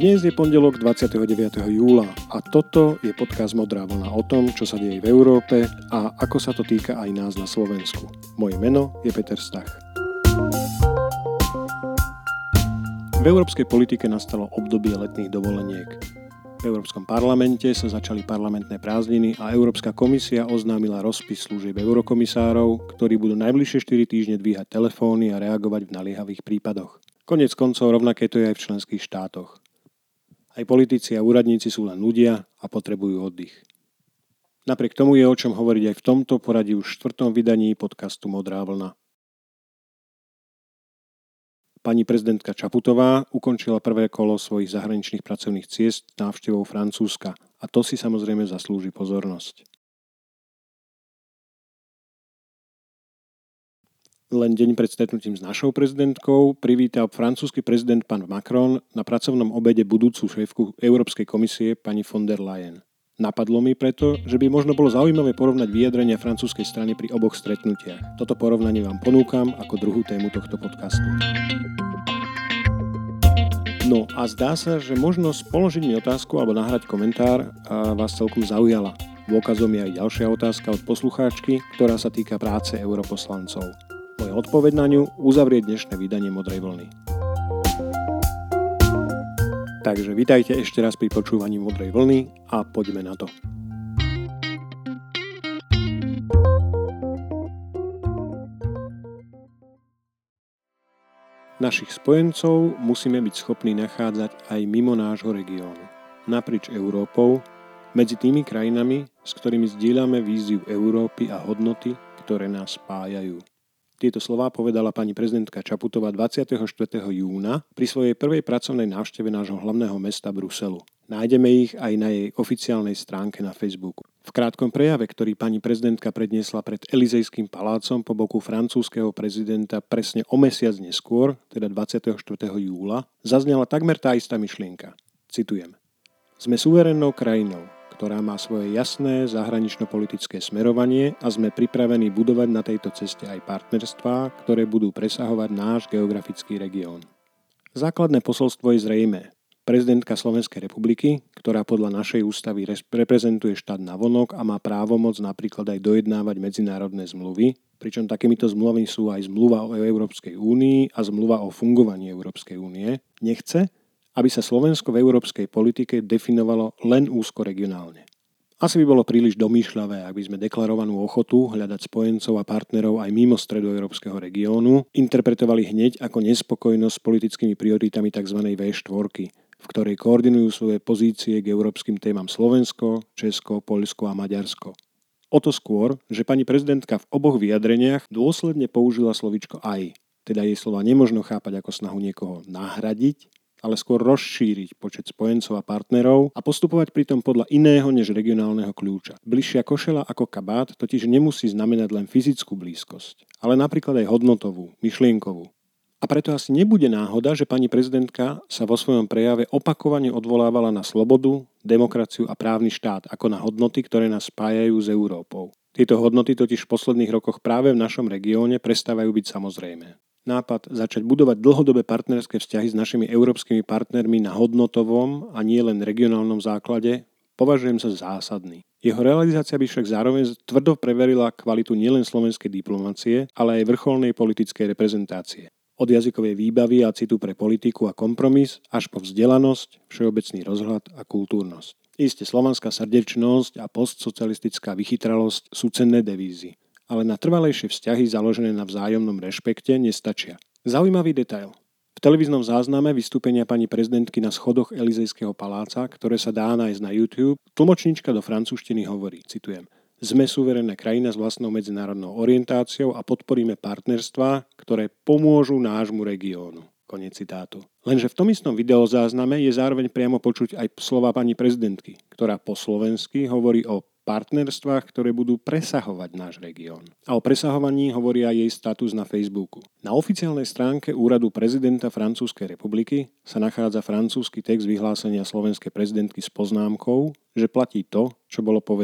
Dnes je pondelok 29. júla a toto je podcast Modrá vlna o tom, čo sa deje v Európe a ako sa to týka aj nás na Slovensku. Moje meno je Peter Stach. V európskej politike nastalo obdobie letných dovoleniek. V Európskom parlamente sa začali parlamentné prázdniny a Európska komisia oznámila rozpis služieb eurokomisárov, ktorí budú najbližšie 4 týždne dvíhať telefóny a reagovať v naliehavých prípadoch. Koniec koncov rovnaké to je aj v členských štátoch. Aj politici a úradníci sú len ľudia a potrebujú oddych. Napriek tomu je o čom hovoriť aj v tomto poradí už 4. vydaní podcastu Modrá vlna. Pani prezidentka Čaputová ukončila prvé kolo svojich zahraničných pracovných ciest návštevou Francúzska a to si samozrejme zaslúži pozornosť. Len deň pred stretnutím s našou prezidentkou privítal francúzsky prezident pán Macron na pracovnom obede budúcu šéfku Európskej komisie pani von der Leyen. Napadlo mi preto, že by možno bolo zaujímavé porovnať vyjadrenia francúzskej strany pri oboch stretnutiach. Toto porovnanie vám ponúkam ako druhú tému tohto podcastu. No a zdá sa, že možnosť položiť mi otázku alebo nahrať komentár vás celkom zaujala. Dôkazom je aj ďalšia otázka od poslucháčky, ktorá sa týka práce europoslancov. Moja odpoveď na ňu uzavrie dnešné vydanie Modrej vlny. Takže vitajte ešte raz pri počúvaní Modrej vlny a poďme na to. Našich spojencov musíme byť schopní nachádzať aj mimo nášho regiónu. Naprieč Európou, medzi tými krajinami, s ktorými zdieľame víziu Európy a hodnoty, ktoré nás spájajú. Tieto slová povedala pani prezidentka Čaputová 24. júna pri svojej prvej pracovnej návšteve nášho hlavného mesta Bruselu. Nájdeme ich aj na jej oficiálnej stránke na Facebooku. V krátkom prejave, ktorý pani prezidentka predniesla pred Elizejským palácom po boku francúzskeho prezidenta presne o mesiac neskôr, teda 24. júla, zaznela takmer tá istá myšlienka. Citujem. Sme suverénnou krajinou, ktorá má svoje jasné zahranično-politické smerovanie a sme pripravení budovať na tejto ceste aj partnerstvá, ktoré budú presahovať náš geografický región. Základné posolstvo je zrejmé. Prezidentka Slovenskej republiky, ktorá podľa našej ústavy reprezentuje štát navonok a má právomoc napríklad aj dojednávať medzinárodné zmluvy, pričom takýmito zmluvami sú aj zmluva o Európskej únii a zmluva o fungovaní Európskej únie, nechce, aby sa Slovensko v európskej politike definovalo len úzko regionálne. Asi by bolo príliš domýšľavé, ak by sme deklarovanú ochotu hľadať spojencov a partnerov aj mimo stredoeurópskeho regiónu interpretovali hneď ako nespokojnosť s politickými prioritami tzv. V4, v ktorej koordinujú svoje pozície k európskym témam Slovensko, Česko, Poľsko a Maďarsko. O to skôr, že pani prezidentka v oboch vyjadreniach dôsledne použila slovíčko aj, teda jej slova nemožno chápať ako snahu niekoho nahradiť, ale skôr rozšíriť počet spojencov a partnerov a postupovať pritom podľa iného než regionálneho kľúča. Bližšia košeľa ako kabát totiž nemusí znamenať len fyzickú blízkosť, ale napríklad aj hodnotovú, myšlienkovú. A preto asi nebude náhoda, že pani prezidentka sa vo svojom prejave opakovane odvolávala na slobodu, demokraciu a právny štát ako na hodnoty, ktoré nás spájajú s Európou. Tieto hodnoty totiž v posledných rokoch práve v našom regióne prestávajú byť samozrejmé. Nápad začať budovať dlhodobé partnerské vzťahy s našimi európskymi partnermi na hodnotovom a nie len regionálnom základe považujem za zásadný. Jeho realizácia by však zároveň tvrdo preverila kvalitu nielen slovenskej diplomacie, ale aj vrcholnej politickej reprezentácie. Od jazykovej výbavy a citu pre politiku a kompromis až po vzdelanosť, všeobecný rozhľad a kultúrnosť. Isté slovanská srdečnosť a postsocialistická vychytralosť sú cenné devízy. Ale na trvalejšie vzťahy založené na vzájomnom rešpekte nestačia. Zaujímavý detail. V televíznom zázname vystúpenia pani prezidentky na schodoch Elizejského paláca, ktoré sa dá nájsť na YouTube, tlmočníčka do francúzštiny hovorí, citujem, sme suverénna krajina s vlastnou medzinárodnou orientáciou a podporíme partnerstvá, ktoré pomôžu nášmu regiónu. Koniec citátu. Lenže v tom istom videozázname je zároveň priamo počuť aj slova pani prezidentky, ktorá po slovensky hovorí o partnerstvách, ktoré budú presahovať náš región. A o presahovaní hovorí aj jej status na Facebooku. Na oficiálnej stránke úradu prezidenta Francúzskej republiky sa nachádza francúzsky text vyhlásenia slovenskej prezidentky s poznámkou, že platí to, čo bolo povedané.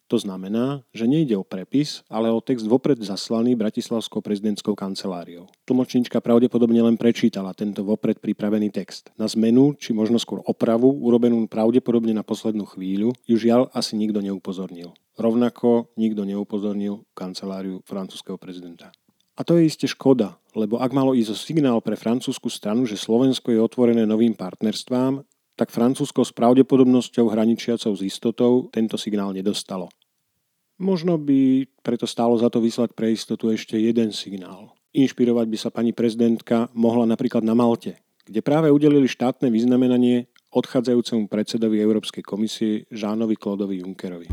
To znamená, že nejde o prepis, ale o text vopred zaslaný Bratislavskou prezidentskou kanceláriou. Tlmočníčka pravdepodobne len prečítala tento vopred pripravený text. Na zmenu, či možno skôr opravu, urobenú pravdepodobne na poslednú chvíľu, ju žiaľ asi nikto neupozornil. Rovnako nikto neupozornil kanceláriu francúzskeho prezidenta. A to je iste škoda, lebo ak malo ísť o signál pre francúzsku stranu, že Slovensko je otvorené novým partnerstvám, tak Francúzsko s pravdepodobnosťou hraničiacou s istotou tento signál nedostalo. Možno by preto stálo za to vyslať pre istotu ešte jeden signál. Inšpirovať by sa pani prezidentka mohla napríklad na Malte, kde práve udelili štátne vyznamenanie odchádzajúcemu predsedovi Európskej komisie Jeanovi Claudeovi Junckerovi.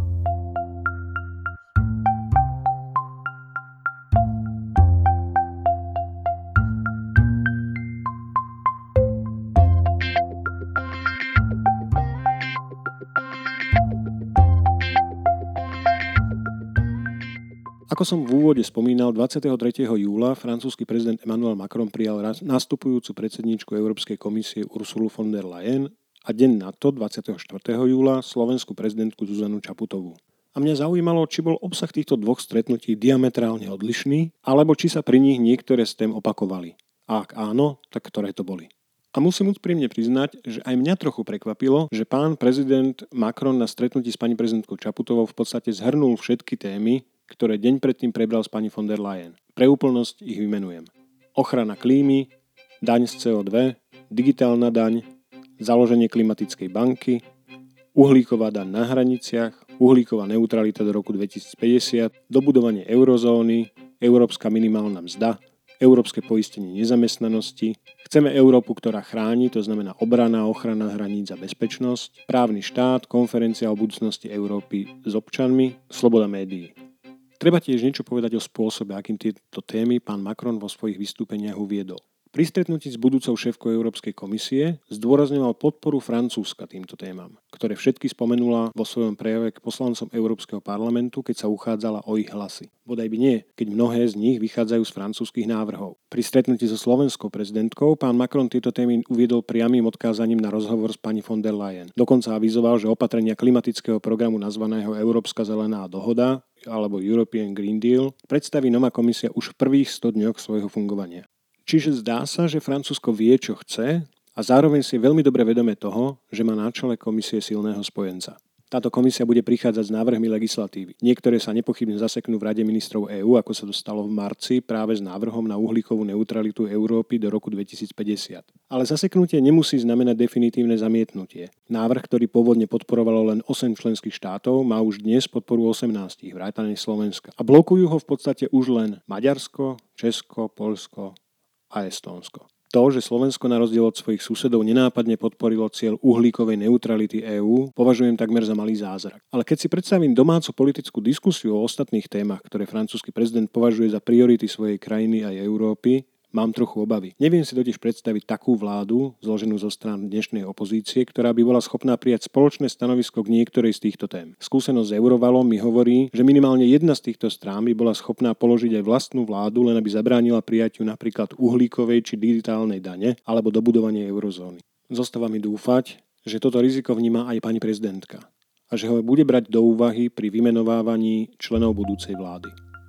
Ako som v úvode spomínal, 23. júla francúzsky prezident Emmanuel Macron prijal nastupujúcu predsedníčku Európskej komisie Ursulu von der Leyen a deň na to, 24. júla, slovenskú prezidentku Zuzanu Čaputovú. A mňa zaujímalo, či bol obsah týchto dvoch stretnutí diametrálne odlišný, alebo či sa pri nich niektoré z tém opakovali. A ak áno, tak ktoré to boli. A musím úprimne priznať, že aj mňa trochu prekvapilo, že pán prezident Macron na stretnutí s pani prezidentkou Čaputovou v podstate zhrnul všetky témy, ktoré deň predtým prebral s pani von der Leyen. Pre úplnosť ich vymenujem. Ochrana klímy, daň z CO2, digitálna daň, založenie klimatickej banky, uhlíková daň na hraniciach, uhlíková neutralita do roku 2050, dobudovanie eurozóny, európska minimálna mzda, európske poistenie nezamestnanosti. Chceme Európu, ktorá chráni, to znamená obrana, ochrana hraníc a bezpečnosť, právny štát, konferencia o budúcnosti Európy s občanmi, sloboda médií. Treba tiež niečo povedať o spôsobe, akým tieto témy pán Macron vo svojich vystúpeniach uviedol. Pri stretnutí s budúcou šéfkou Európskej komisie zdôrazňoval podporu Francúzska týmto témam, ktoré všetky spomenula vo svojom prejave k poslancom Európskeho parlamentu, keď sa uchádzala o ich hlasy. Bodaj by nie, keď mnohé z nich vychádzajú z francúzskych návrhov. Pri stretnutí so slovenskou prezidentkou pán Macron tieto témy uviedol priamym odkázaním na rozhovor s pani von der Leyen. Dokonca avizoval, že opatrenia klimatického programu nazvaného Európska zelená dohoda alebo European Green Deal predstaví nová komisia už v prvých 100 dňoch svojho fungovania. Čiže zdá sa, že Francúzsko vie, čo chce a zároveň si je veľmi dobre vedomé toho, že má na čele komisie silného spojenca. Táto komisia bude prichádzať s návrhmi legislatívy. Niektoré sa nepochybne zaseknú v Rade ministrov EÚ, ako sa to stalo v marci, práve s návrhom na uhlíkovú neutralitu Európy do roku 2050. Ale zaseknutie nemusí znamenať definitívne zamietnutie. Návrh, ktorý pôvodne podporovalo len 8 členských štátov, má už dnes podporu 18, vrátane Slovenska. A blokujú ho v podstate už len Maďarsko, Česko, Poľsko a Estónsko. To, že Slovensko na rozdiel od svojich susedov nenápadne podporilo cieľ uhlíkovej neutrality EÚ, považujem takmer za malý zázrak. Ale keď si predstavím domácu politickú diskusiu o ostatných témach, ktoré francúzsky prezident považuje za priority svojej krajiny aj Európy, mám trochu obavy. Neviem si totiž predstaviť takú vládu, zloženú zo strán dnešnej opozície, ktorá by bola schopná prijať spoločné stanovisko k niektorej z týchto tém. Skúsenosť s Eurovalom mi hovorí, že minimálne jedna z týchto strán by bola schopná položiť aj vlastnú vládu, len aby zabránila prijatiu napríklad uhlíkovej či digitálnej dane alebo dobudovanie eurozóny. Zostáva mi dúfať, že toto riziko vníma aj pani prezidentka a že ho bude brať do úvahy pri vymenovávaní členov budúcej vlády.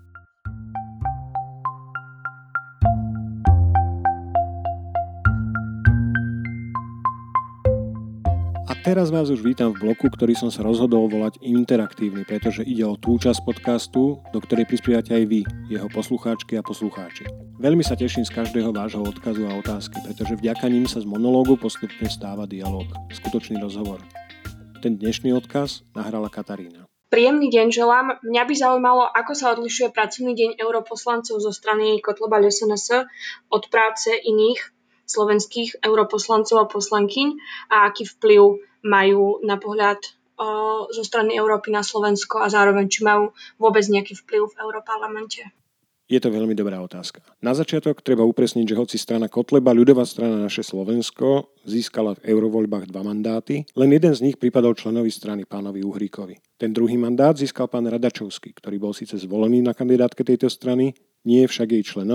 Teraz vás už vítam v bloku, ktorý som sa rozhodol volať interaktívny, pretože ide o tú časť podcastu, do ktorej prispievate aj vy, jeho poslucháčky a poslucháči. Veľmi sa teším z každého vášho odkazu a otázky, pretože vďaka nim sa z monológu postupne stáva dialóg, skutočný rozhovor. Ten dnešný odkaz nahrala Katarína. Príjemný deň želám. Mňa by zaujímalo, ako sa odlišuje pracovný deň europoslancov zo strany Kotleba SNS od práce iných slovenských europoslancov a poslankyň a aký vplyv majú na pohľad zo strany Európy na Slovensko a zároveň či majú vôbec nejaký vplyv v Europarlamente. Je to veľmi dobrá otázka. Na začiatok treba upresniť, že hoci strana Kotleba, ľudová strana Naše Slovensko, získala v eurovoľbách 2 mandáty, len jeden z nich pripadol členovi strany pánovi Uhríkovi. Ten druhý mandát získal pán Radačovský, ktorý bol síce zvolený na kandidátke tejto strany, nie je však jej členom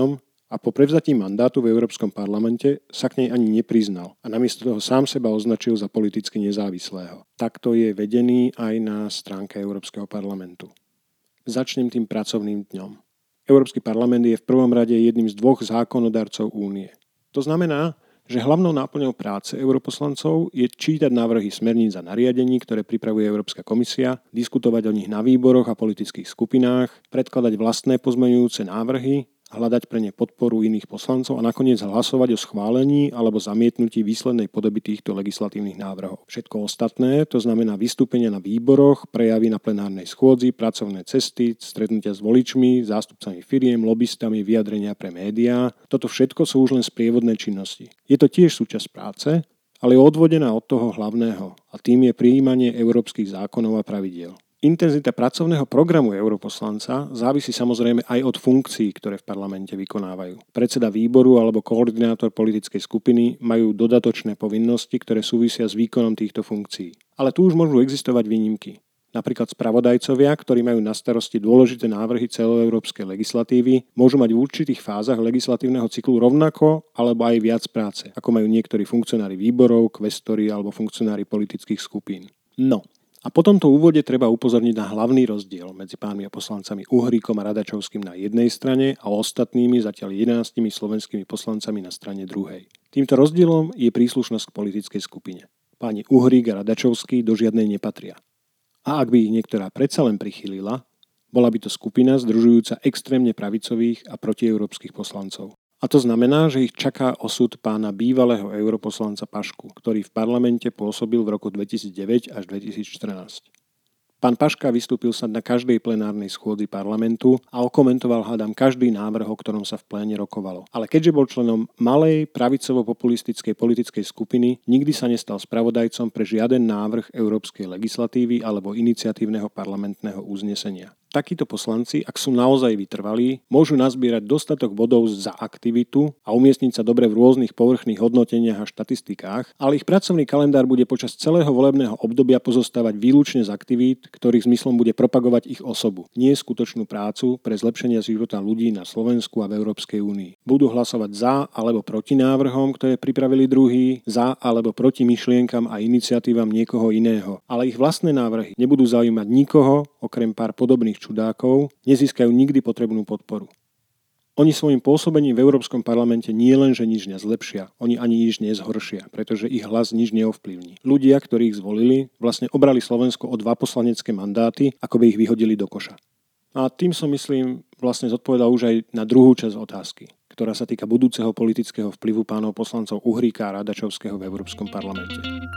a po prevzatí mandátu v Európskom parlamente sa k nej ani nepriznal a namiesto toho sám seba označil za politicky nezávislého. Takto je vedený aj na stránke Európskeho parlamentu. Začnem tým pracovným dňom. Európsky parlament je v prvom rade jedným z dvoch zákonodarcov Únie. To znamená, že hlavnou náplňou práce europoslancov je čítať návrhy smerníc a nariadení, ktoré pripravuje Európska komisia, diskutovať o nich na výboroch a politických skupinách, predkladať vlastné pozmeňujúce návrhy, hľadať pre ne podporu iných poslancov a nakoniec hlasovať o schválení alebo zamietnutí výslednej podoby týchto legislatívnych návrhov. Všetko ostatné, to znamená vystúpenia na výboroch, prejavy na plenárnej schôdzi, pracovné cesty, stretnutia s voličmi, zástupcami firiem, lobistami, vyjadrenia pre médiá, toto všetko sú už len sprievodné činnosti. Je to tiež súčasť práce, ale je odvodená od toho hlavného a tým je prijímanie európskych zákonov a pravidiel. Intenzita pracovného programu europoslanca závisí samozrejme aj od funkcií, ktoré v parlamente vykonávajú. Predseda výboru alebo koordinátor politickej skupiny majú dodatočné povinnosti, ktoré súvisia s výkonom týchto funkcií. Ale tu už môžu existovať výnimky. Napríklad spravodajcovia, ktorí majú na starosti dôležité návrhy celoeurópskej legislatívy, môžu mať v určitých fázach legislatívneho cyklu rovnako alebo aj viac práce, ako majú niektorí funkcionári výborov, kvestori alebo funkcionári politických skupín. No. A po tomto úvode treba upozorniť na hlavný rozdiel medzi pánmi a poslancami Uhríkom a Radačovským na jednej strane a ostatnými zatiaľ 11 slovenskými poslancami na strane druhej. Týmto rozdielom je príslušnosť k politickej skupine. Páni Uhrík a Radačovský do žiadnej nepatria. A ak by ich niektorá predsa len prichylila, bola by to skupina združujúca extrémne pravicových a protieurópskych poslancov. A to znamená, že ich čaká osud pána bývalého europoslanca Pašku, ktorý v parlamente pôsobil v roku 2009 až 2014. Pán Paška vystúpil sa na každej plenárnej schôdzi parlamentu a okomentoval hádam každý návrh, o ktorom sa v pléne rokovalo. Ale keďže bol členom malej pravicovo-populistickej politickej skupiny, nikdy sa nestal spravodajcom pre žiaden návrh európskej legislatívy alebo iniciatívneho parlamentného uznesenia. Takíto poslanci, ak sú naozaj vytrvalí, môžu nazbierať dostatok bodov za aktivitu a umiestniť sa dobre v rôznych povrchných hodnoteniach a štatistikách, ale ich pracovný kalendár bude počas celého volebného obdobia pozostávať výlučne z aktivít, ktorých zmyslom bude propagovať ich osobu, nie skutočnú prácu pre zlepšenie života ľudí na Slovensku a v Európskej únii. Budú hlasovať za alebo proti návrhom, ktoré pripravili druhí, za alebo proti myšlienkam a iniciatívam niekoho iného, ale ich vlastné návrhy nebudú zaujímať nikoho, okrem pár podobných čudákov, nezískajú nikdy potrebnú podporu. Oni svojim pôsobením v Európskom parlamente nie len, že nič nezlepšia, oni ani nič nezhoršia, pretože ich hlas nič neovplyvní. Ľudia, ktorí ich zvolili, vlastne obrali Slovensko o 2 poslanecké mandáty, ako by ich vyhodili do koša. A tým som, myslím, vlastne zodpovedal už aj na druhú časť otázky, ktorá sa týka budúceho politického vplyvu pánov poslancov Uhríka a Radačovského v Európskom parlamente.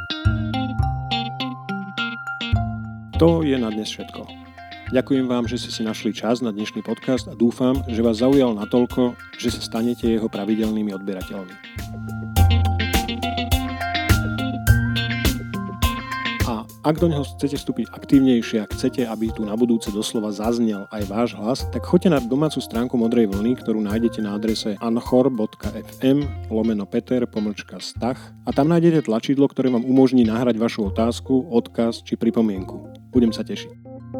To je na dnes všetko. Ďakujem vám, že ste si našli čas na dnešný podcast a dúfam, že vás zaujal natoľko, že sa stanete jeho pravidelnými odberateľmi. A ak do neho chcete vstúpiť aktívnejšie a chcete, aby tu na budúce doslova zaznel aj váš hlas, tak choďte na domácu stránku Modrej vlny, ktorú nájdete na adrese anchor.fm/Peter_Stach a tam nájdete tlačidlo, ktoré vám umožní nahrať vašu otázku, odkaz či pripomienku. Budem sa tešiť.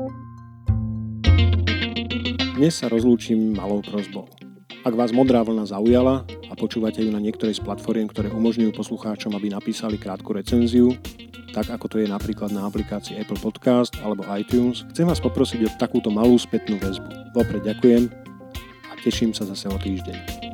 Dnes sa rozlúčim malou prosbou. Ak vás Modrá vlna zaujala a počúvate ju na niektorej z platform, ktoré umožňujú poslucháčom, aby napísali krátku recenziu, tak ako to je napríklad na aplikácii Apple Podcast alebo iTunes, chcem vás poprosiť o takúto malú spätnú väzbu. Vopred ďakujem a teším sa zase o týždeň.